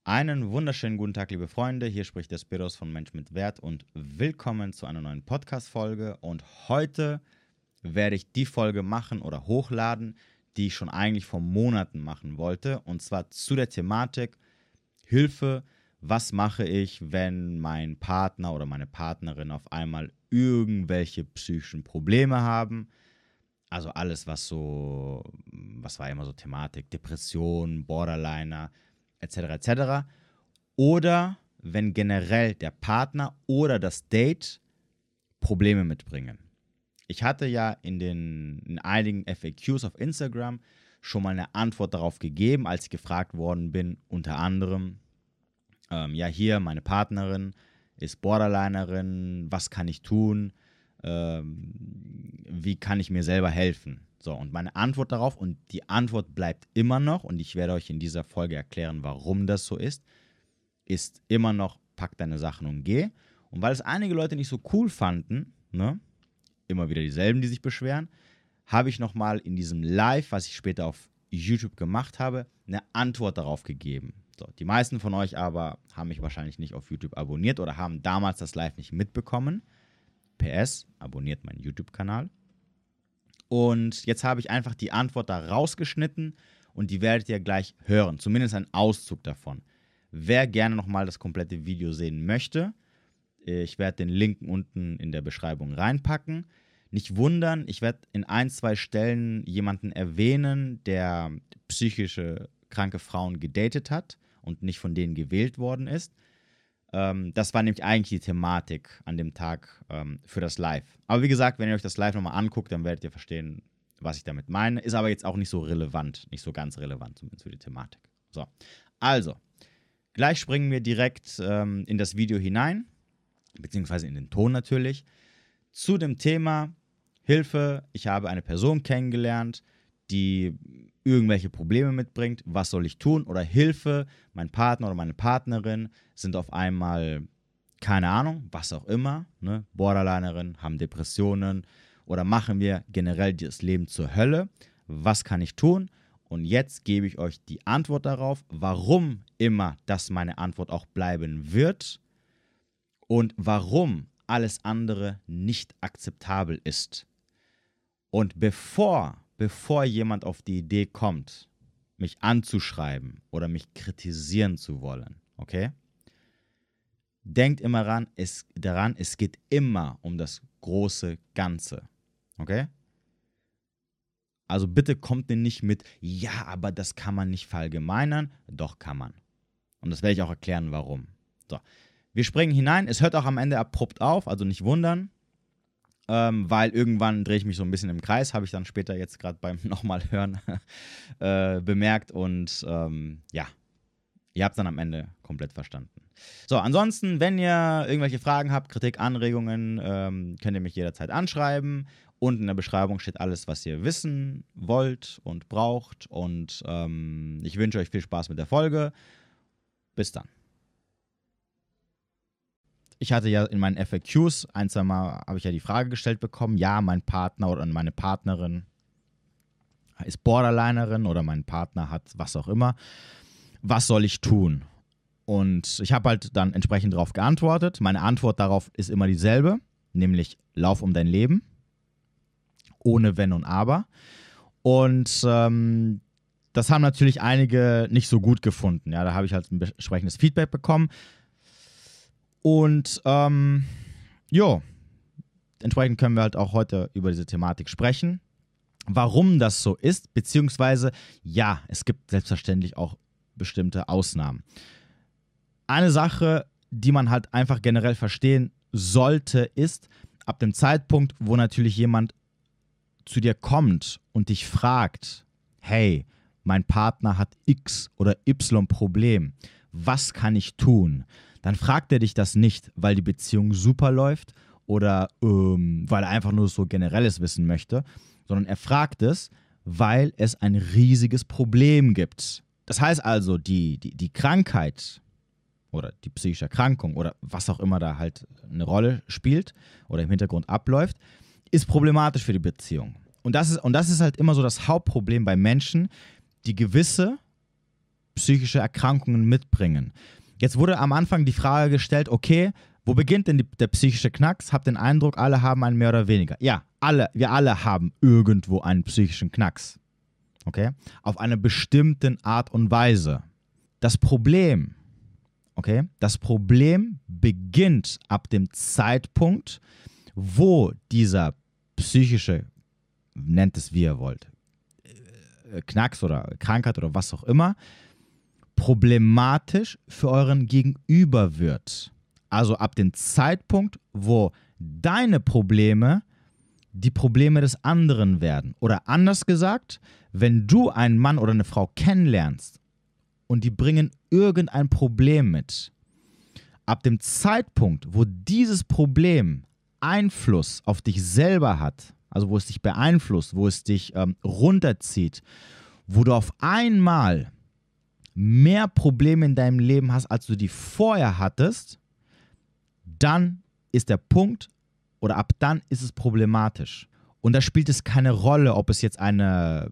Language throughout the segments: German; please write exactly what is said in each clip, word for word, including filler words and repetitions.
Einen wunderschönen guten Tag, liebe Freunde. Hier spricht der Spiros von Mensch mit Wert und willkommen zu einer neuen Podcast-Folge. Und heute werde ich die Folge machen oder hochladen, die ich schon eigentlich vor Monaten machen wollte. Und zwar zu der Thematik Hilfe, was mache ich, wenn mein Partner oder meine Partnerin auf einmal irgendwelche psychischen Probleme haben. Also alles, was so, was war immer so Thematik, Depression, Borderliner, et cetera et cetera. Oder wenn generell der Partner oder das Date Probleme mitbringen. Ich hatte ja in den in einigen F A Qs auf Instagram schon mal eine Antwort darauf gegeben, als ich gefragt worden bin, unter anderem, ähm, ja hier, meine Partnerin ist Borderlinerin, was kann ich tun, ähm, wie kann ich mir selber helfen? So, und meine Antwort darauf, und die Antwort bleibt immer noch, und ich werde euch in dieser Folge erklären, warum das so ist, ist immer noch, pack deine Sachen und geh. Und weil es einige Leute nicht so cool fanden, ne, immer wieder dieselben, die sich beschweren, habe ich nochmal in diesem Live, was ich später auf YouTube gemacht habe, eine Antwort darauf gegeben. So, die meisten von euch aber haben mich wahrscheinlich nicht auf YouTube abonniert oder haben damals das Live nicht mitbekommen. P S, abonniert meinen YouTube-Kanal. Und jetzt habe ich einfach die Antwort da rausgeschnitten und die werdet ihr gleich hören, zumindest ein Auszug davon. Wer gerne nochmal das komplette Video sehen möchte, ich werde den Link unten in der Beschreibung reinpacken. Nicht wundern, ich werde in ein, zwei Stellen jemanden erwähnen, der psychische kranke Frauen gedatet hat und nicht von denen gewählt worden ist. Ähm, das war nämlich eigentlich die Thematik an dem Tag ähm, für das Live. Aber wie gesagt, wenn ihr euch das Live nochmal anguckt, dann werdet ihr verstehen, was ich damit meine. Ist aber jetzt auch nicht so relevant, nicht so ganz relevant, zumindest für die Thematik. So, also, gleich springen wir direkt ähm, in das Video hinein, beziehungsweise in den Ton natürlich, zu dem Thema Hilfe. Ich habe eine Person kennengelernt, die irgendwelche Probleme mitbringt, was soll ich tun? Oder Hilfe, mein Partner oder meine Partnerin sind auf einmal, keine Ahnung, was auch immer, ne? Borderlinerin, haben Depressionen oder machen wir generell das Leben zur Hölle. Was kann ich tun? Und jetzt gebe ich euch die Antwort darauf, warum immer das meine Antwort auch bleiben wird und warum alles andere nicht akzeptabel ist. Und bevor Bevor jemand auf die Idee kommt, mich anzuschreiben oder mich kritisieren zu wollen, okay? Denkt immer ran, es, daran, es geht immer um das große Ganze, okay? Also bitte kommt denn nicht mit, ja, aber das kann man nicht verallgemeinern. Doch, kann man. Und das werde ich auch erklären, warum. So, wir springen hinein. Es hört auch am Ende abrupt auf, also nicht wundern. Ähm, weil irgendwann drehe ich mich so ein bisschen im Kreis, habe ich dann später jetzt gerade beim nochmal hören äh, bemerkt und ähm, ja, ihr habt es dann am Ende komplett verstanden. So, ansonsten, wenn ihr irgendwelche Fragen habt, Kritik, Anregungen, ähm, könnt ihr mich jederzeit anschreiben. Unten in der Beschreibung steht alles, was ihr wissen wollt und braucht und ähm, ich wünsche euch viel Spaß mit der Folge. Bis dann. Ich hatte ja in meinen F A Qs, ein, zwei Mal habe ich ja die Frage gestellt bekommen, ja, mein Partner oder meine Partnerin ist Borderlinerin oder mein Partner hat was auch immer. Was soll ich tun? Und ich habe halt dann entsprechend darauf geantwortet. Meine Antwort darauf ist immer dieselbe, nämlich lauf um dein Leben, ohne Wenn und Aber. Und ähm, das haben natürlich einige nicht so gut gefunden. Ja, da habe ich halt ein entsprechendes Feedback bekommen. Und ähm, jo, entsprechend können wir halt auch heute über diese Thematik sprechen. Warum das so ist, beziehungsweise ja, es gibt selbstverständlich auch bestimmte Ausnahmen. Eine Sache, die man halt einfach generell verstehen sollte, ist, ab dem Zeitpunkt, wo natürlich jemand zu dir kommt und dich fragt, hey, mein Partner hat X oder Y Problem, was kann ich tun? Dann fragt er dich das nicht, weil die Beziehung super läuft oder ähm, weil er einfach nur so Generelles wissen möchte, sondern er fragt es, weil es ein riesiges Problem gibt. Das heißt also, die, die, die Krankheit oder die psychische Erkrankung oder was auch immer da halt eine Rolle spielt oder im Hintergrund abläuft, ist problematisch für die Beziehung. Und das ist, und das ist halt immer so das Hauptproblem bei Menschen, die gewisse psychische Erkrankungen mitbringen. Jetzt wurde am Anfang die Frage gestellt, okay, wo beginnt denn die, der psychische Knacks? Hab den Eindruck, alle haben einen mehr oder weniger. Ja, alle, wir alle haben irgendwo einen psychischen Knacks. Okay? Auf eine bestimmte Art und Weise. Das Problem, okay, das Problem beginnt ab dem Zeitpunkt, wo dieser psychische, nennt es wie ihr wollt, Knacks oder Krankheit oder was auch immer, problematisch für euren Gegenüber wird. Also ab dem Zeitpunkt, wo deine Probleme die Probleme des anderen werden. Oder anders gesagt, wenn du einen Mann oder eine Frau kennenlernst und die bringen irgendein Problem mit, ab dem Zeitpunkt, wo dieses Problem Einfluss auf dich selber hat, also wo es dich beeinflusst, wo es dich ähm, runterzieht, wo du auf einmal mehr Probleme in deinem Leben hast, als du die vorher hattest, dann ist der Punkt oder ab dann ist es problematisch. Und da spielt es keine Rolle, ob es jetzt eine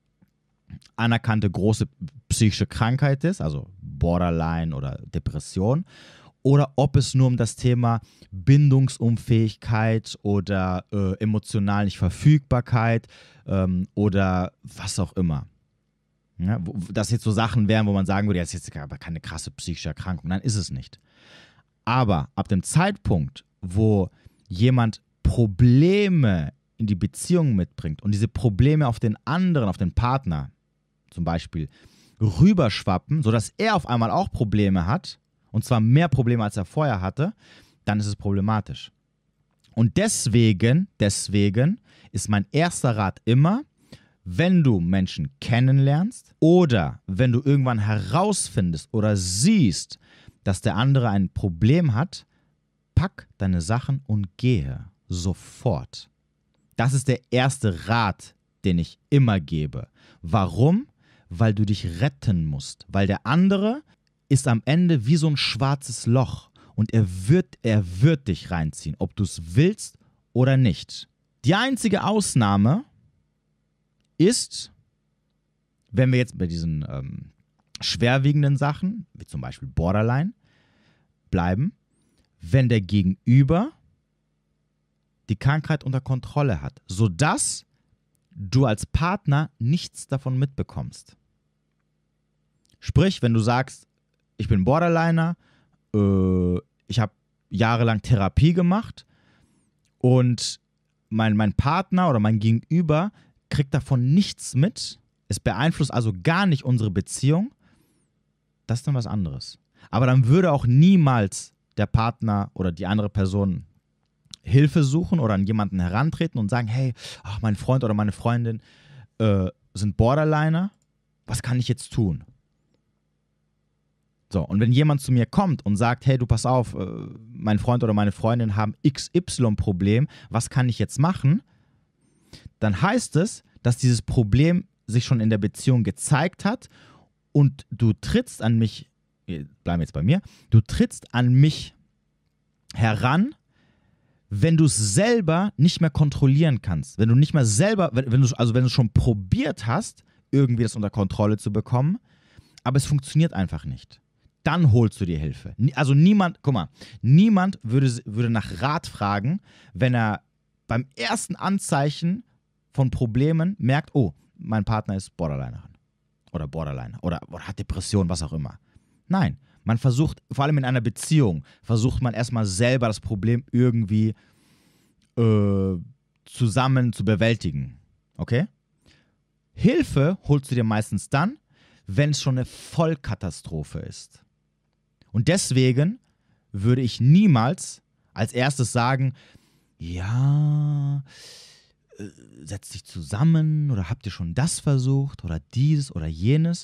anerkannte große psychische Krankheit ist, also Borderline oder Depression, oder ob es nur um das Thema Bindungsunfähigkeit oder äh, emotional Nicht-Verfügbarkeit ähm, oder was auch immer. Ja, wo, das jetzt so Sachen wären, wo man sagen würde, das ist jetzt aber keine krasse psychische Erkrankung. Nein, ist es nicht. Aber ab dem Zeitpunkt, wo jemand Probleme in die Beziehung mitbringt und diese Probleme auf den anderen, auf den Partner zum Beispiel, rüberschwappen, sodass er auf einmal auch Probleme hat, und zwar mehr Probleme, als er vorher hatte, dann ist es problematisch. Und deswegen, deswegen ist mein erster Rat immer, wenn du Menschen kennenlernst oder wenn du irgendwann herausfindest oder siehst, dass der andere ein Problem hat, pack deine Sachen und gehe sofort. Das ist der erste Rat, den ich immer gebe. Warum? Weil du dich retten musst. Weil der andere ist am Ende wie so ein schwarzes Loch und er wird, er wird dich reinziehen, ob du es willst oder nicht. Die einzige Ausnahme ist, wenn wir jetzt bei diesen ähm, schwerwiegenden Sachen, wie zum Beispiel Borderline, bleiben, wenn der Gegenüber die Krankheit unter Kontrolle hat, sodass du als Partner nichts davon mitbekommst. Sprich, wenn du sagst, ich bin Borderliner, äh, ich habe jahrelang Therapie gemacht und mein, mein Partner oder mein Gegenüber kriegt davon nichts mit, es beeinflusst also gar nicht unsere Beziehung, das ist dann was anderes. Aber dann würde auch niemals der Partner oder die andere Person Hilfe suchen oder an jemanden herantreten und sagen, hey, ach, mein Freund oder meine Freundin äh, sind Borderliner, was kann ich jetzt tun? So, und wenn jemand zu mir kommt und sagt, hey, du pass auf, äh, mein Freund oder meine Freundin haben X Y-Problem, was kann ich jetzt machen? Dann heißt es, dass dieses Problem sich schon in der Beziehung gezeigt hat und du trittst an mich, wir bleiben jetzt bei mir, du trittst an mich heran, wenn du es selber nicht mehr kontrollieren kannst. Wenn du nicht mehr selber, wenn, wenn du, also wenn du schon probiert hast, irgendwie das unter Kontrolle zu bekommen, aber es funktioniert einfach nicht. Dann holst du dir Hilfe. Also niemand, guck mal, niemand würde, würde nach Rat fragen, wenn er beim ersten Anzeichen von Problemen merkt, oh, mein Partner ist Borderlinerin oder Borderliner oder, oder hat Depression, was auch immer. Nein, man versucht, vor allem in einer Beziehung, versucht man erstmal selber das Problem irgendwie äh, zusammen zu bewältigen. Okay? Hilfe holst du dir meistens dann, wenn es schon eine Vollkatastrophe ist. Und deswegen würde ich niemals als erstes sagen, ja, äh, setz dich zusammen oder habt ihr schon das versucht oder dieses oder jenes.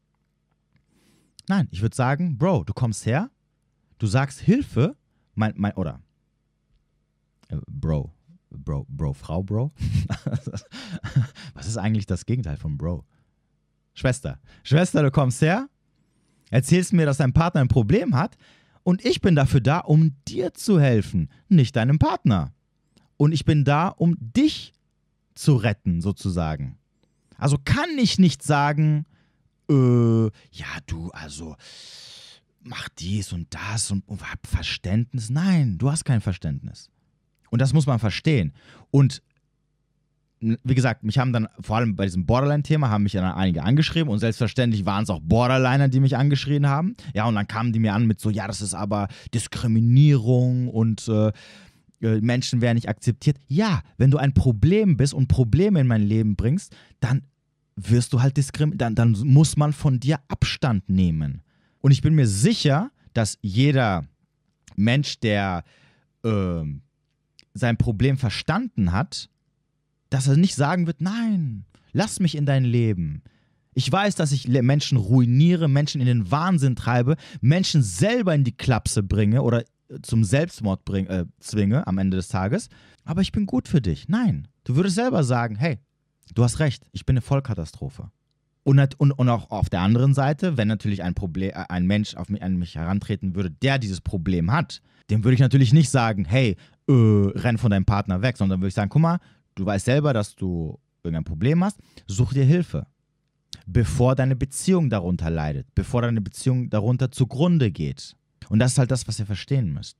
Nein, ich würde sagen, Bro, du kommst her, du sagst Hilfe, mein, mein, oder äh, Bro, Bro, Bro, Frau, Bro. Was ist eigentlich das Gegenteil von Bro? Schwester. Schwester, du kommst her, erzählst mir, dass dein Partner ein Problem hat und ich bin dafür da, um dir zu helfen, nicht deinem Partner. Und ich bin da, um dich zu retten, sozusagen. Also kann ich nicht sagen, äh, ja, du, also, mach dies und das und, und hab Verständnis. Nein, du hast kein Verständnis. Und das muss man verstehen. Und wie gesagt, mich haben dann, vor allem bei diesem Borderline-Thema, haben mich dann einige angeschrieben und selbstverständlich waren es auch Borderliner, die mich angeschrien haben. Ja, und dann kamen die mir an mit so, ja, das ist aber Diskriminierung und äh, Menschen werden nicht akzeptiert. Ja, wenn du ein Problem bist und Probleme in mein Leben bringst, dann wirst du halt diskriminiert, dann, dann muss man von dir Abstand nehmen. Und ich bin mir sicher, dass jeder Mensch, der äh, sein Problem verstanden hat, dass er nicht sagen wird, nein, lass mich in dein Leben. Ich weiß, dass ich Menschen ruiniere, Menschen in den Wahnsinn treibe, Menschen selber in die Klapse bringe oder zum Selbstmord bring, äh, zwinge am Ende des Tages. Aber ich bin gut für dich. Nein, du würdest selber sagen, hey, du hast recht, ich bin eine Vollkatastrophe. Und, und, und auch auf der anderen Seite, wenn natürlich ein, Problem, ein Mensch auf mich, an mich herantreten würde, der dieses Problem hat, dem würde ich natürlich nicht sagen, hey, äh, renn von deinem Partner weg, sondern würde ich sagen, guck mal, du weißt selber, dass du irgendein Problem hast, such dir Hilfe, bevor deine Beziehung darunter leidet, bevor deine Beziehung darunter zugrunde geht. Und das ist halt das, was ihr verstehen müsst.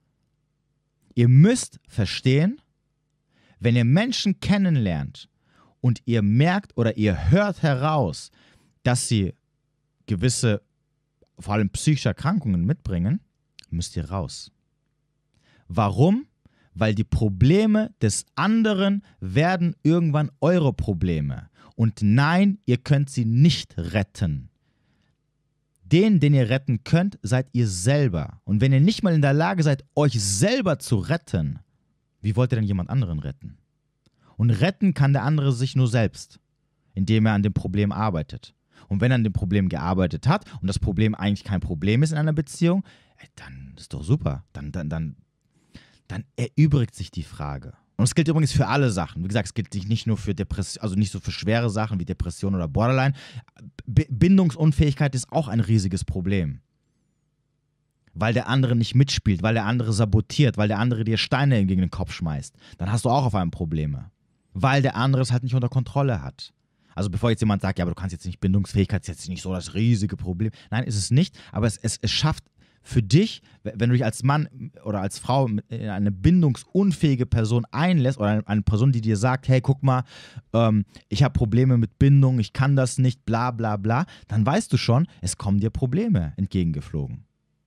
Ihr müsst verstehen, wenn ihr Menschen kennenlernt und ihr merkt oder ihr hört heraus, dass sie gewisse, vor allem psychische Erkrankungen mitbringen, müsst ihr raus. Warum? Weil die Probleme des anderen werden irgendwann eure Probleme. Und nein, ihr könnt sie nicht retten. Den, den ihr retten könnt, seid ihr selber. Und wenn ihr nicht mal in der Lage seid, euch selber zu retten, wie wollt ihr denn jemand anderen retten? Und retten kann der andere sich nur selbst, indem er an dem Problem arbeitet. Und wenn er an dem Problem gearbeitet hat und das Problem eigentlich kein Problem ist in einer Beziehung, dann ist doch super. Dann, dann, dann dann erübrigt sich die Frage. Und es gilt übrigens für alle Sachen. Wie gesagt, es gilt nicht nur für Depression, also nicht so für schwere Sachen wie Depression oder Borderline. B- Bindungsunfähigkeit ist auch ein riesiges Problem. Weil der andere nicht mitspielt, weil der andere sabotiert, weil der andere dir Steine gegen den Kopf schmeißt. Dann hast du auch auf einmal Probleme. Weil der andere es halt nicht unter Kontrolle hat. Also bevor jetzt jemand sagt, ja, aber du kannst jetzt nicht, Bindungsfähigkeit ist jetzt nicht so das riesige Problem. Nein, ist es nicht, aber es, es, es schafft für dich, wenn du dich als Mann oder als Frau in eine bindungsunfähige Person einlässt oder eine Person, die dir sagt, hey, guck mal, ähm, ich habe Probleme mit Bindung, ich kann das nicht, bla bla bla, dann weißt du schon, es kommen dir Probleme entgegengeflogen.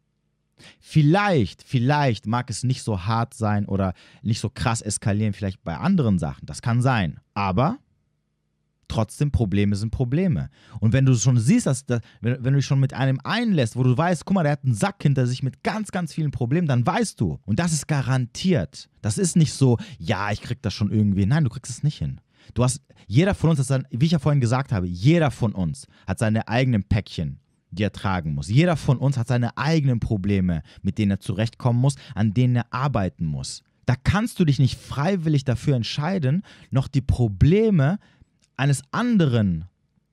Vielleicht, vielleicht mag es nicht so hart sein oder nicht so krass eskalieren, vielleicht bei anderen Sachen, das kann sein, aber trotzdem, Probleme sind Probleme. Und wenn du schon siehst, dass, dass wenn, wenn du dich schon mit einem einlässt, wo du weißt, guck mal, der hat einen Sack hinter sich mit ganz, ganz vielen Problemen, dann weißt du. Und das ist garantiert. Das ist nicht so, ja, ich krieg das schon irgendwie. Nein, du kriegst es nicht hin. Du hast, jeder von uns, hat sein, wie ich ja vorhin gesagt habe, jeder von uns hat seine eigenen Päckchen, die er tragen muss. Jeder von uns hat seine eigenen Probleme, mit denen er zurechtkommen muss, an denen er arbeiten muss. Da kannst du dich nicht freiwillig dafür entscheiden, noch die Probleme eines anderen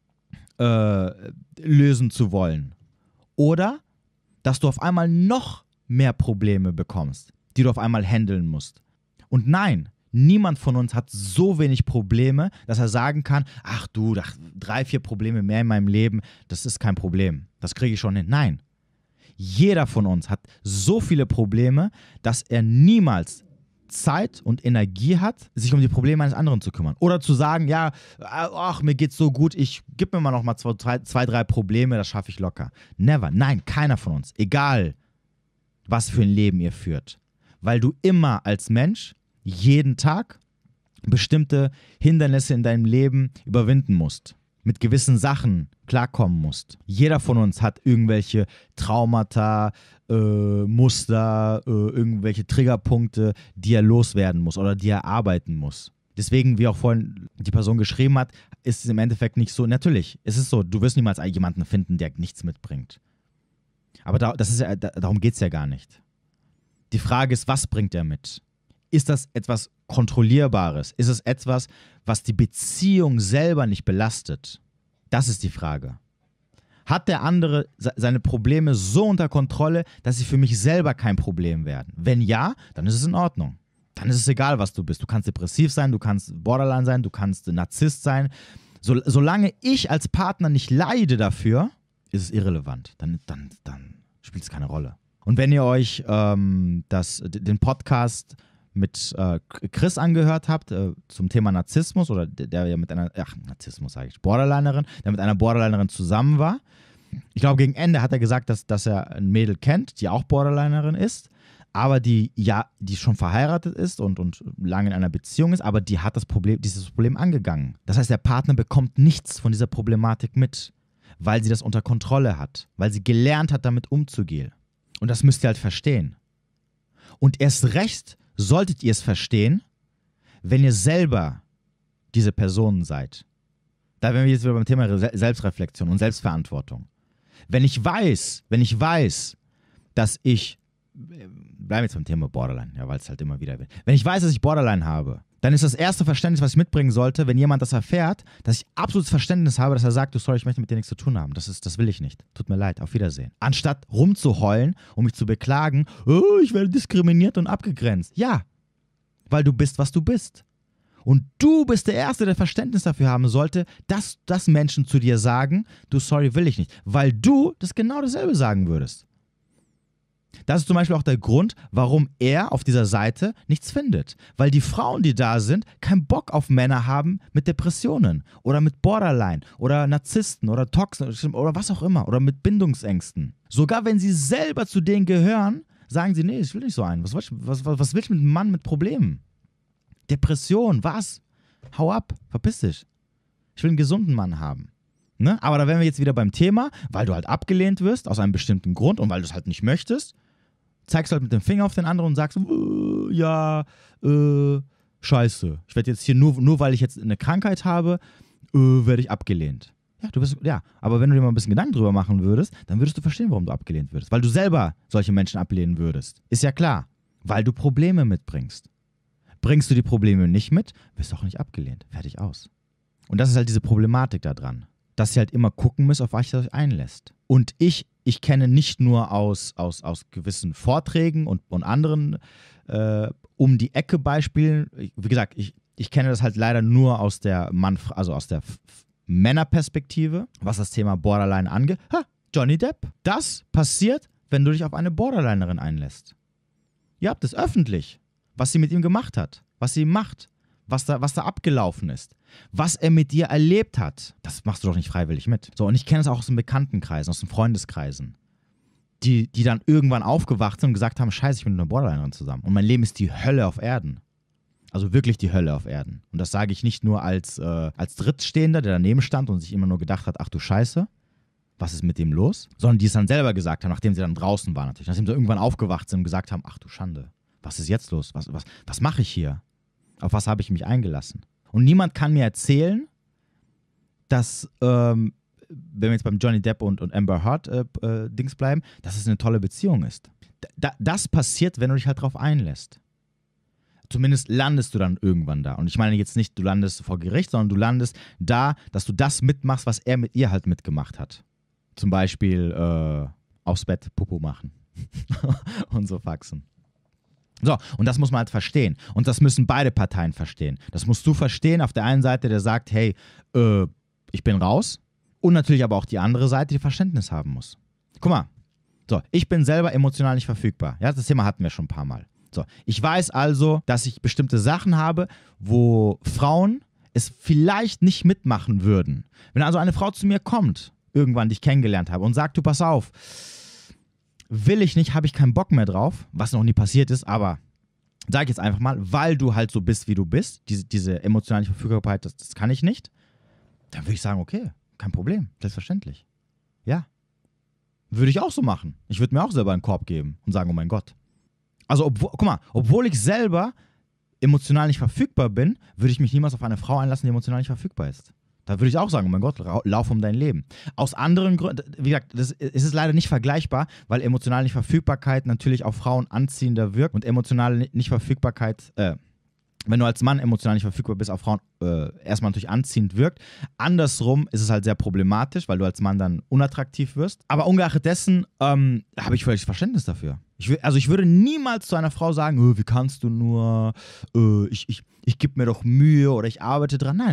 äh, lösen zu wollen. Oder, dass du auf einmal noch mehr Probleme bekommst, die du auf einmal handeln musst. Und nein, niemand von uns hat so wenig Probleme, dass er sagen kann, ach du, ach, drei, vier Probleme mehr in meinem Leben, das ist kein Problem, das kriege ich schon hin. Nein, jeder von uns hat so viele Probleme, dass er niemals Zeit und Energie hat, sich um die Probleme eines anderen zu kümmern. Oder zu sagen, ja, ach, mir geht's so gut, ich gib mir mal noch mal zwei, drei, zwei, drei Probleme, das schaffe ich locker. Never. Nein, keiner von uns. Egal, was für ein Leben ihr führt. Weil du immer als Mensch jeden Tag bestimmte Hindernisse in deinem Leben überwinden musst. Mit gewissen Sachen klarkommen musst. Jeder von uns hat irgendwelche Traumata, äh, Muster, äh, irgendwelche Triggerpunkte, die er loswerden muss oder die er arbeiten muss. Deswegen, wie auch vorhin die Person geschrieben hat, ist es im Endeffekt nicht so. Natürlich, es ist so, du wirst niemals jemanden finden, der nichts mitbringt. Aber da, das ist ja, da, darum geht es ja gar nicht. Die Frage ist, was bringt er mit? Ist das etwas Kontrollierbares? Ist es etwas, was die Beziehung selber nicht belastet? Das ist die Frage. Hat der andere seine Probleme so unter Kontrolle, dass sie für mich selber kein Problem werden? Wenn ja, dann ist es in Ordnung. Dann ist es egal, was du bist. Du kannst depressiv sein, du kannst Borderline sein, du kannst Narzisst sein, So, solange ich als Partner nicht leide dafür, ist es irrelevant. Dann, dann, dann spielt es keine Rolle. Und wenn ihr euch ähm, das, den Podcast mit äh, Chris angehört habt, äh, zum Thema Narzissmus, oder der, der ja mit einer, ach, Narzissmus sage ich, Borderlinerin, der mit einer Borderlinerin zusammen war. Ich glaube, gegen Ende hat er gesagt, dass, dass er ein Mädel kennt, die auch Borderlinerin ist, aber die ja, die schon verheiratet ist und, und lange in einer Beziehung ist, aber die hat das Problem, dieses Problem angegangen. Das heißt, der Partner bekommt nichts von dieser Problematik mit, weil sie das unter Kontrolle hat, weil sie gelernt hat, damit umzugehen. Und das müsst ihr halt verstehen. Und erst recht solltet ihr es verstehen, wenn ihr selber diese Personen seid. Da wären wir jetzt wieder beim Thema Selbstreflexion und Selbstverantwortung. Wenn ich weiß, wenn ich weiß, dass ich, bleiben jetzt beim Thema Borderline, ja, weil es halt immer wieder wird. Wenn ich weiß, dass ich Borderline habe, dann ist das erste Verständnis, was ich mitbringen sollte, wenn jemand das erfährt, dass ich absolutes Verständnis habe, dass er sagt, du, sorry, ich möchte mit dir nichts zu tun haben. Das ist, das will ich nicht. Tut mir leid, auf Wiedersehen. Anstatt rumzuheulen und mich zu beklagen, oh, ich werde diskriminiert und abgegrenzt. Ja, weil du bist, was du bist. Und du bist der Erste, der Verständnis dafür haben sollte, dass, dass Menschen zu dir sagen, du, sorry, will ich nicht. Weil du das genau dasselbe sagen würdest. Das ist zum Beispiel auch der Grund, warum er auf dieser Seite nichts findet. Weil die Frauen, die da sind, keinen Bock auf Männer haben mit Depressionen oder mit Borderline oder Narzissten oder Toxen oder was auch immer oder mit Bindungsängsten. Sogar wenn sie selber zu denen gehören, sagen sie, nee, ich will nicht so einen. Was, was, was, was willst du mit einem Mann mit Problemen? Depression, was? Hau ab, verpiss dich. Ich will einen gesunden Mann haben. Ne? Aber da wären wir jetzt wieder beim Thema, weil du halt abgelehnt wirst, aus einem bestimmten Grund und weil du es halt nicht möchtest, zeigst du halt mit dem Finger auf den anderen und sagst, äh, ja, äh, scheiße. Ich werde jetzt hier, nur, nur weil ich jetzt eine Krankheit habe, äh, werde ich abgelehnt. Ja, du bist, ja, aber wenn du dir mal ein bisschen Gedanken drüber machen würdest, dann würdest du verstehen, warum du abgelehnt würdest. Weil du selber solche Menschen ablehnen würdest. Ist ja klar. Weil du Probleme mitbringst. Bringst du die Probleme nicht mit, wirst du auch nicht abgelehnt. Fertig aus. Und das ist halt diese Problematik da dran. Dass ihr halt immer gucken müsst, auf was ihr euch einlässt. Und ich, ich kenne nicht nur aus, aus, aus gewissen Vorträgen und, und anderen äh, um die Ecke Beispielen, wie gesagt, ich, ich kenne das halt leider nur aus der Mann, also aus der F- F- Männerperspektive, was das Thema Borderline angeht. Ha, Johnny Depp. Das passiert, wenn du dich auf eine Borderlinerin einlässt. Ihr habt es öffentlich, was sie mit ihm gemacht hat, was sie macht, was da, was da abgelaufen ist, was er mit dir erlebt hat. Das machst du doch nicht freiwillig mit. So, und ich kenne es auch aus den Bekanntenkreisen, aus den Freundeskreisen, die, die dann irgendwann aufgewacht sind und gesagt haben, scheiße, ich bin mit einer Borderlinerin zusammen und mein Leben ist die Hölle auf Erden. Also wirklich die Hölle auf Erden. Und das sage ich nicht nur als, äh, als Drittstehender, der daneben stand und sich immer nur gedacht hat, ach du Scheiße, was ist mit dem los? Sondern die es dann selber gesagt haben, nachdem sie dann draußen waren natürlich. Nachdem sie irgendwann aufgewacht sind und gesagt haben, ach du Schande, was ist jetzt los? Was, was, was mache ich hier? Auf was habe ich mich eingelassen? Und niemand kann mir erzählen, dass, ähm, wenn wir jetzt beim Johnny Depp und, und Amber Heard äh, äh, Dings bleiben, dass es eine tolle Beziehung ist. Da, das passiert, wenn du dich halt drauf einlässt. Zumindest landest du dann irgendwann da. Und ich meine jetzt nicht, du landest vor Gericht, sondern du landest da, dass du das mitmachst, was er mit ihr halt mitgemacht hat. Zum Beispiel äh, aufs Bett Popo machen und so Faxen. So, und das muss man halt verstehen. Und das müssen beide Parteien verstehen. Das musst du verstehen, auf der einen Seite, der sagt, hey, äh, ich bin raus. Und natürlich aber auch die andere Seite, die Verständnis haben muss. Guck mal, so, ich bin selber emotional nicht verfügbar. Ja, das Thema hatten wir schon ein paar Mal. So, ich weiß also, dass ich bestimmte Sachen habe, wo Frauen es vielleicht nicht mitmachen würden. Wenn also eine Frau zu mir kommt, irgendwann, die ich kennengelernt habe, und sagt, du, pass auf, will ich nicht, habe ich keinen Bock mehr drauf, was noch nie passiert ist, aber sag ich jetzt einfach mal, weil du halt so bist, wie du bist, diese, diese emotionale Verfügbarkeit, das, das kann ich nicht, dann würde ich sagen, okay, kein Problem, selbstverständlich. Ja. Würde ich auch so machen. Ich würde mir auch selber einen Korb geben und sagen, oh mein Gott. Also, obwohl, guck mal, obwohl ich selber emotional nicht verfügbar bin, würde ich mich niemals auf eine Frau einlassen, die emotional nicht verfügbar ist. Da würde ich auch sagen, oh mein Gott, lauf um dein Leben. Aus anderen Gründen, wie gesagt, das ist leider nicht vergleichbar, weil emotionale Nichtverfügbarkeit natürlich auf Frauen anziehender wirkt und emotionale Nichtverfügbarkeit, äh, wenn du als Mann emotional nicht verfügbar bist, auf Frauen äh, erstmal natürlich anziehend wirkt. Andersrum ist es halt sehr problematisch, weil du als Mann dann unattraktiv wirst. Aber ungeachtet dessen ähm, habe ich völlig Verständnis dafür. Ich, also ich würde niemals zu einer Frau sagen, oh, wie kannst du nur, äh, ich, ich, ich gebe mir doch Mühe oder ich arbeite dran. Nein.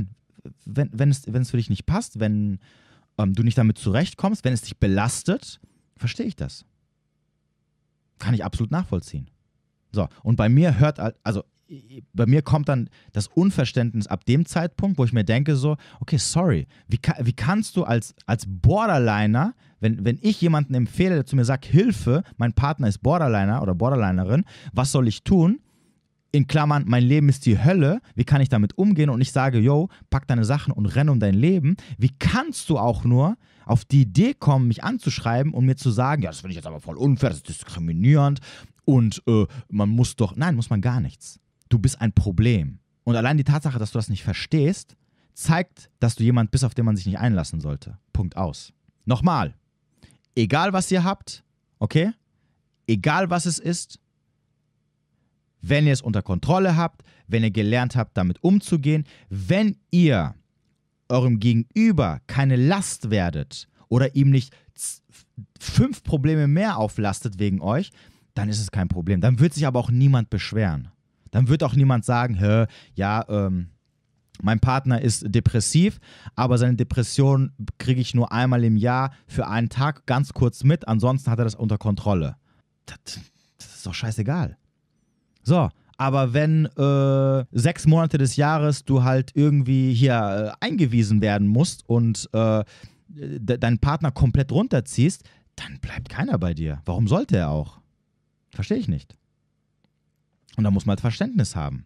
wenn, wenn, es, wenn es für dich nicht passt, wenn ähm, du nicht damit zurechtkommst, wenn es dich belastet, verstehe ich das. Kann ich absolut nachvollziehen. So, und bei mir hört, also bei mir kommt dann das Unverständnis ab dem Zeitpunkt, wo ich mir denke so, okay, sorry, wie, wie kannst du als, als Borderliner, wenn, wenn ich jemanden empfehle, der zu mir sagt, Hilfe, mein Partner ist Borderliner oder Borderlinerin, was soll ich tun? In Klammern, mein Leben ist die Hölle, wie kann ich damit umgehen? Und ich sage, yo, pack deine Sachen und renn um dein Leben. Wie kannst du auch nur auf die Idee kommen, mich anzuschreiben und mir zu sagen, ja, das finde ich jetzt aber voll unfair, das ist diskriminierend und äh, man muss doch, nein, muss man gar nichts. Du bist ein Problem. Und allein die Tatsache, dass du das nicht verstehst, zeigt, dass du jemand bist, auf den man sich nicht einlassen sollte. Punkt aus. Nochmal, egal was ihr habt, okay? Egal was es ist, wenn ihr es unter Kontrolle habt, wenn ihr gelernt habt, damit umzugehen, wenn ihr eurem Gegenüber keine Last werdet oder ihm nicht fünf Probleme mehr auflastet wegen euch, dann ist es kein Problem. Dann wird sich aber auch niemand beschweren. Dann wird auch niemand sagen, hä, ja, ähm, mein Partner ist depressiv, aber seine Depression kriege ich nur einmal im Jahr für einen Tag ganz kurz mit, ansonsten hat er das unter Kontrolle. Das, das ist doch scheißegal. So, aber wenn äh, sechs Monate des Jahres du halt irgendwie hier äh, eingewiesen werden musst und äh, de- deinen Partner komplett runterziehst, dann bleibt keiner bei dir. Warum sollte er auch? Verstehe ich nicht. Und da muss man halt Verständnis haben.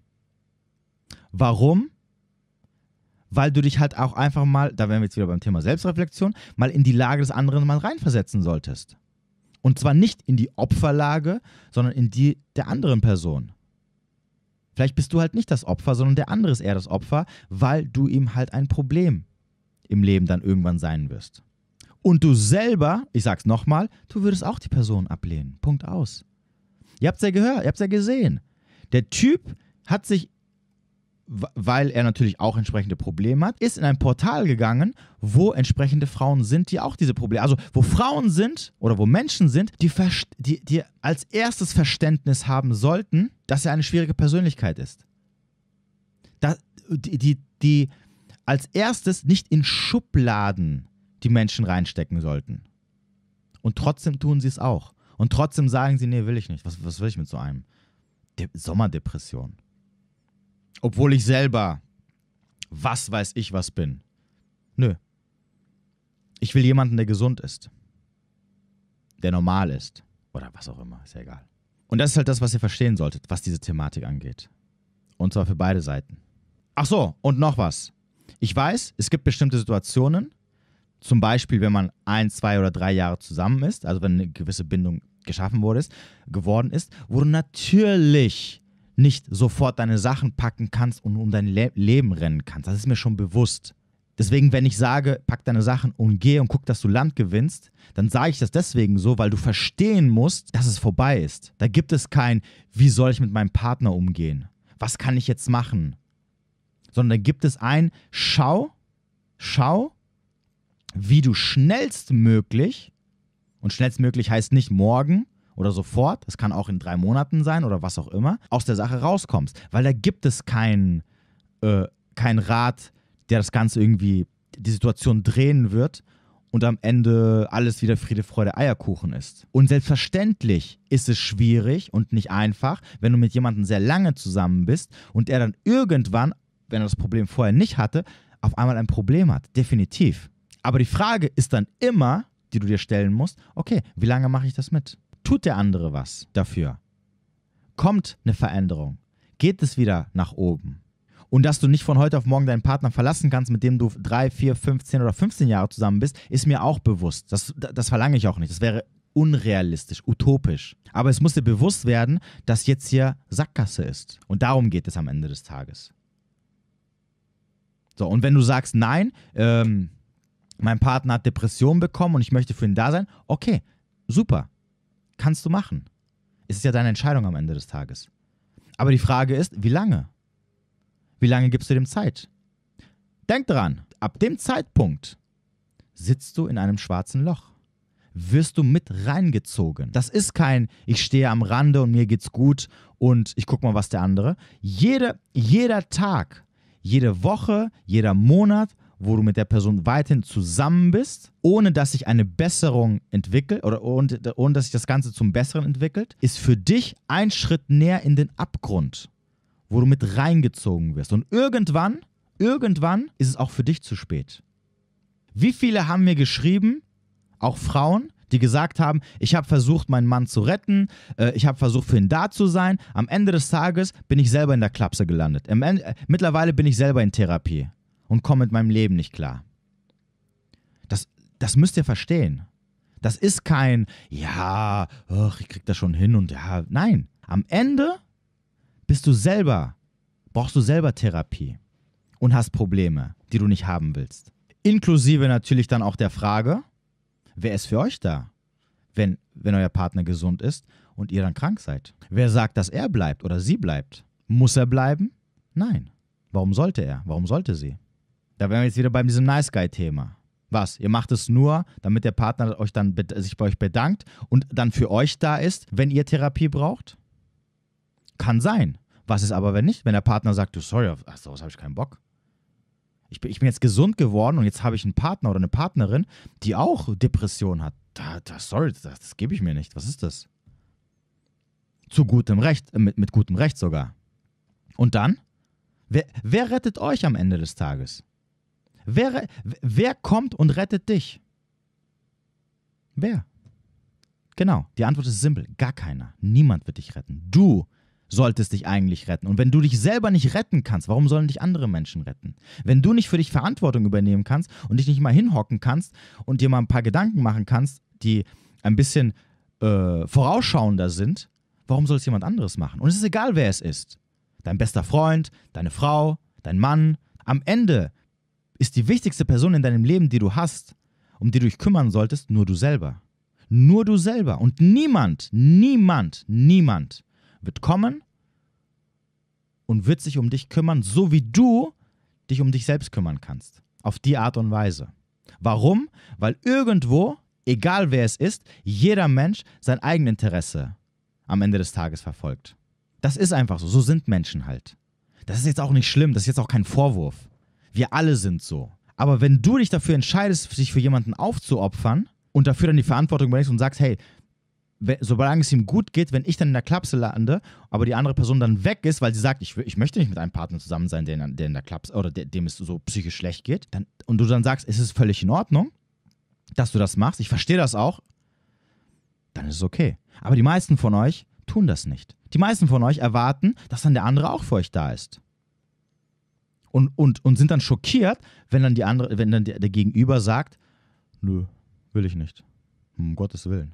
Warum? Weil du dich halt auch einfach mal, da wären wir jetzt wieder beim Thema Selbstreflexion, mal in die Lage des anderen mal reinversetzen solltest. Und zwar nicht in die Opferlage, sondern in die der anderen Person. Vielleicht bist du halt nicht das Opfer, sondern der andere ist eher das Opfer, weil du ihm halt ein Problem im Leben dann irgendwann sein wirst. Und du selber, ich sag's nochmal, du würdest auch die Person ablehnen. Punkt aus. Ihr habt's ja gehört, ihr habt's ja gesehen. Der Typ hat sich, weil er natürlich auch entsprechende Probleme hat, ist in ein Portal gegangen, wo entsprechende Frauen sind, die auch diese Probleme, also wo Frauen sind oder wo Menschen sind, die, die, die als erstes Verständnis haben sollten, dass er eine schwierige Persönlichkeit ist. Da, die, die, die als erstes nicht in Schubladen die Menschen reinstecken sollten. Und trotzdem tun sie es auch. Und trotzdem sagen sie, nee, will ich nicht. Was, was will ich mit so einem? De- Sommerdepression. Obwohl ich selber, was weiß ich was bin. Nö. Ich will jemanden, der gesund ist. Der normal ist. Oder was auch immer, ist ja egal. Und das ist halt das, was ihr verstehen solltet, was diese Thematik angeht. Und zwar für beide Seiten. Ach so, und noch was. Ich weiß, es gibt bestimmte Situationen, zum Beispiel, wenn man ein, zwei oder drei Jahre zusammen ist, also wenn eine gewisse Bindung geschaffen wurde, ist, geworden ist, wo du natürlich nicht sofort deine Sachen packen kannst und um dein Le- Leben rennen kannst. Das ist mir schon bewusst. Deswegen, wenn ich sage, pack deine Sachen und geh und guck, dass du Land gewinnst, dann sage ich das deswegen so, weil du verstehen musst, dass es vorbei ist. Da gibt es kein, wie soll ich mit meinem Partner umgehen? Was kann ich jetzt machen? Sondern da gibt es ein, schau, schau, wie du schnellstmöglich, und schnellstmöglich heißt nicht morgen oder sofort, das kann auch in drei Monaten sein oder was auch immer, aus der Sache rauskommst. Weil da gibt es keinen äh, kein Rat, der das Ganze irgendwie, die Situation drehen wird und am Ende alles wieder Friede, Freude, Eierkuchen ist. Und selbstverständlich ist es schwierig und nicht einfach, wenn du mit jemandem sehr lange zusammen bist und er dann irgendwann, wenn er das Problem vorher nicht hatte, auf einmal ein Problem hat. Definitiv. Aber die Frage ist dann immer, die du dir stellen musst, okay, wie lange mache ich das mit? Tut der andere was dafür? Kommt eine Veränderung? Geht es wieder nach oben? Und dass du nicht von heute auf morgen deinen Partner verlassen kannst, mit dem du drei, vier, fünfzehn oder fünfzehn Jahre zusammen bist, ist mir auch bewusst. Das, das verlange ich auch nicht. Das wäre unrealistisch, utopisch. Aber es muss dir bewusst werden, dass jetzt hier Sackgasse ist. Und darum geht es am Ende des Tages. So, und wenn du sagst, nein, ähm, mein Partner hat Depressionen bekommen und ich möchte für ihn da sein, okay, super, kannst du machen. Es ist ja deine Entscheidung am Ende des Tages. Aber die Frage ist, wie lange? Wie lange gibst du dem Zeit? Denk dran, ab dem Zeitpunkt sitzt du in einem schwarzen Loch. Wirst du mit reingezogen. Das ist kein, ich stehe am Rande und mir geht's gut und ich guck mal, was der andere. Jede, jeder Tag, jede Woche, jeder Monat, wo du mit der Person weiterhin zusammen bist, ohne dass sich eine Besserung entwickelt oder ohne, ohne dass sich das Ganze zum Besseren entwickelt, ist für dich ein Schritt näher in den Abgrund, wo du mit reingezogen wirst. Und irgendwann, irgendwann ist es auch für dich zu spät. Wie viele haben mir geschrieben, auch Frauen, die gesagt haben, ich habe versucht, meinen Mann zu retten, äh, ich habe versucht, für ihn da zu sein. Am Ende des Tages bin ich selber in der Klapse gelandet. Am Ende, äh, mittlerweile bin ich selber in Therapie und komme mit meinem Leben nicht klar. Das, das müsst ihr verstehen. Das ist kein, ja, ach, ich krieg das schon hin und ja, nein. Am Ende bist du selber, brauchst du selber Therapie und hast Probleme, die du nicht haben willst. Inklusive natürlich dann auch der Frage, wer ist für euch da, wenn, wenn euer Partner gesund ist und ihr dann krank seid? Wer sagt, dass er bleibt oder sie bleibt? Muss er bleiben? Nein. Warum sollte er? Warum sollte sie? Da wären wir jetzt wieder bei diesem Nice-Guy-Thema. Was? Ihr macht es nur, damit der Partner euch dann sich bei euch bedankt und dann für euch da ist, wenn ihr Therapie braucht? Kann sein. Was ist aber, wenn nicht? Wenn der Partner sagt, du, sorry, auf sowas habe ich keinen Bock. Ich bin, ich bin jetzt gesund geworden und jetzt habe ich einen Partner oder eine Partnerin, die auch Depression hat. Da, da, sorry, das, das gebe ich mir nicht. Was ist das? Zu gutem Recht, mit, mit gutem Recht sogar. Und dann? Wer, wer rettet euch am Ende des Tages? Wer, wer kommt und rettet dich? Wer? Genau, die Antwort ist simpel. Gar keiner. Niemand wird dich retten. Du solltest dich eigentlich retten. Und wenn du dich selber nicht retten kannst, warum sollen dich andere Menschen retten? Wenn du nicht für dich Verantwortung übernehmen kannst und dich nicht mal hinhocken kannst und dir mal ein paar Gedanken machen kannst, die ein bisschen äh, vorausschauender sind, warum soll es jemand anderes machen? Und es ist egal, wer es ist. Dein bester Freund, deine Frau, dein Mann. Am Ende ist die wichtigste Person in deinem Leben, die du hast, um die du dich kümmern solltest, nur du selber. Nur du selber. Und niemand, niemand, niemand wird kommen und wird sich um dich kümmern, so wie du dich um dich selbst kümmern kannst. Auf die Art und Weise. Warum? Weil irgendwo, egal wer es ist, jeder Mensch sein Eigeninteresse am Ende des Tages verfolgt. Das ist einfach so. So sind Menschen halt. Das ist jetzt auch nicht schlimm. Das ist jetzt auch kein Vorwurf. Wir alle sind so. Aber wenn du dich dafür entscheidest, sich für jemanden aufzuopfern und dafür dann die Verantwortung übernimmst und sagst, hey, solange es ihm gut geht, wenn ich dann in der Klapse lande, aber die andere Person dann weg ist, weil sie sagt, ich, ich möchte nicht mit einem Partner zusammen sein, der in, der in der Klapse oder der, dem es so psychisch schlecht geht, dann, und du dann sagst, es ist völlig in Ordnung, dass du das machst, ich verstehe das auch, dann ist es okay. Aber die meisten von euch tun das nicht. Die meisten von euch erwarten, dass dann der andere auch für euch da ist. Und, und, und sind dann schockiert, wenn dann, die andere, wenn dann der, der Gegenüber sagt, nö, will ich nicht. Um Gottes Willen.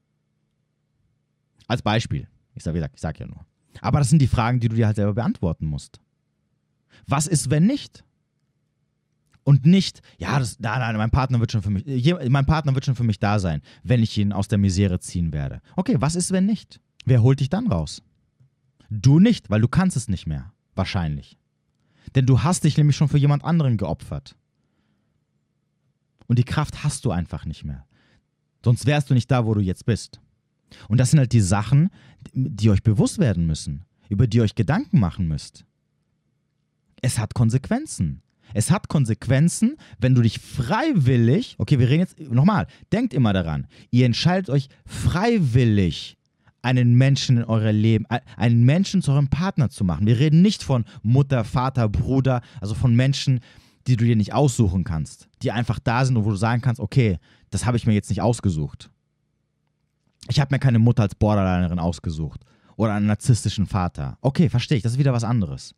Als Beispiel. Ich sage ich sag ja nur. Aber das sind die Fragen, die du dir halt selber beantworten musst. Was ist, wenn nicht? Und nicht, ja, das, nein, nein, mein Partner wird schon für mich, mein Partner wird schon für mich da sein, wenn ich ihn aus der Misere ziehen werde. Okay, was ist, wenn nicht? Wer holt dich dann raus? Du nicht, weil du kannst es nicht mehr. Wahrscheinlich. Denn du hast dich nämlich schon für jemand anderen geopfert. Und die Kraft hast du einfach nicht mehr. Sonst wärst du nicht da, wo du jetzt bist. Und das sind halt die Sachen, die euch bewusst werden müssen, über die ihr euch Gedanken machen müsst. Es hat Konsequenzen. Es hat Konsequenzen, wenn du dich freiwillig, okay, wir reden jetzt nochmal, denkt immer daran, ihr entscheidet euch freiwillig, einen Menschen in euer Leben, einen Menschen zu eurem Partner zu machen. Wir reden nicht von Mutter, Vater, Bruder, also von Menschen, die du dir nicht aussuchen kannst, die einfach da sind und wo du sagen kannst, okay, das habe ich mir jetzt nicht ausgesucht. Ich habe mir keine Mutter als Borderlinerin ausgesucht oder einen narzisstischen Vater. Okay, verstehe ich, das ist wieder was anderes.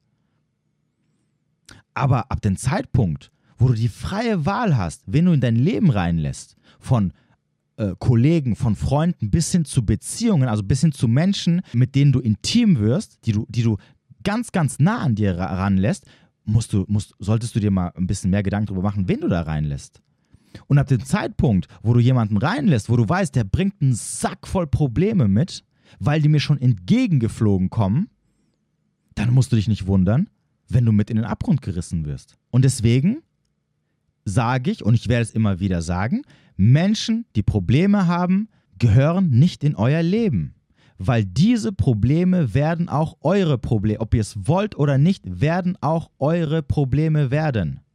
Aber ab dem Zeitpunkt, wo du die freie Wahl hast, wen du in dein Leben reinlässt, von äh, Kollegen, von Freunden bis hin zu Beziehungen, also bis hin zu Menschen, mit denen du intim wirst, die du, die du ganz, ganz nah an dir ranlässt, musst du, musst, solltest du dir mal ein bisschen mehr Gedanken darüber machen, wen du da reinlässt. Und ab dem Zeitpunkt, wo du jemanden reinlässt, wo du weißt, der bringt einen Sack voll Probleme mit, weil die mir schon entgegengeflogen kommen, dann musst du dich nicht wundern, wenn du mit in den Abgrund gerissen wirst. Und deswegen sage ich, und ich werde es immer wieder sagen, Menschen, die Probleme haben, gehören nicht in euer Leben. weil diese Probleme werden auch eure Probleme, ob ihr es wollt oder nicht, werden auch eure Probleme werden.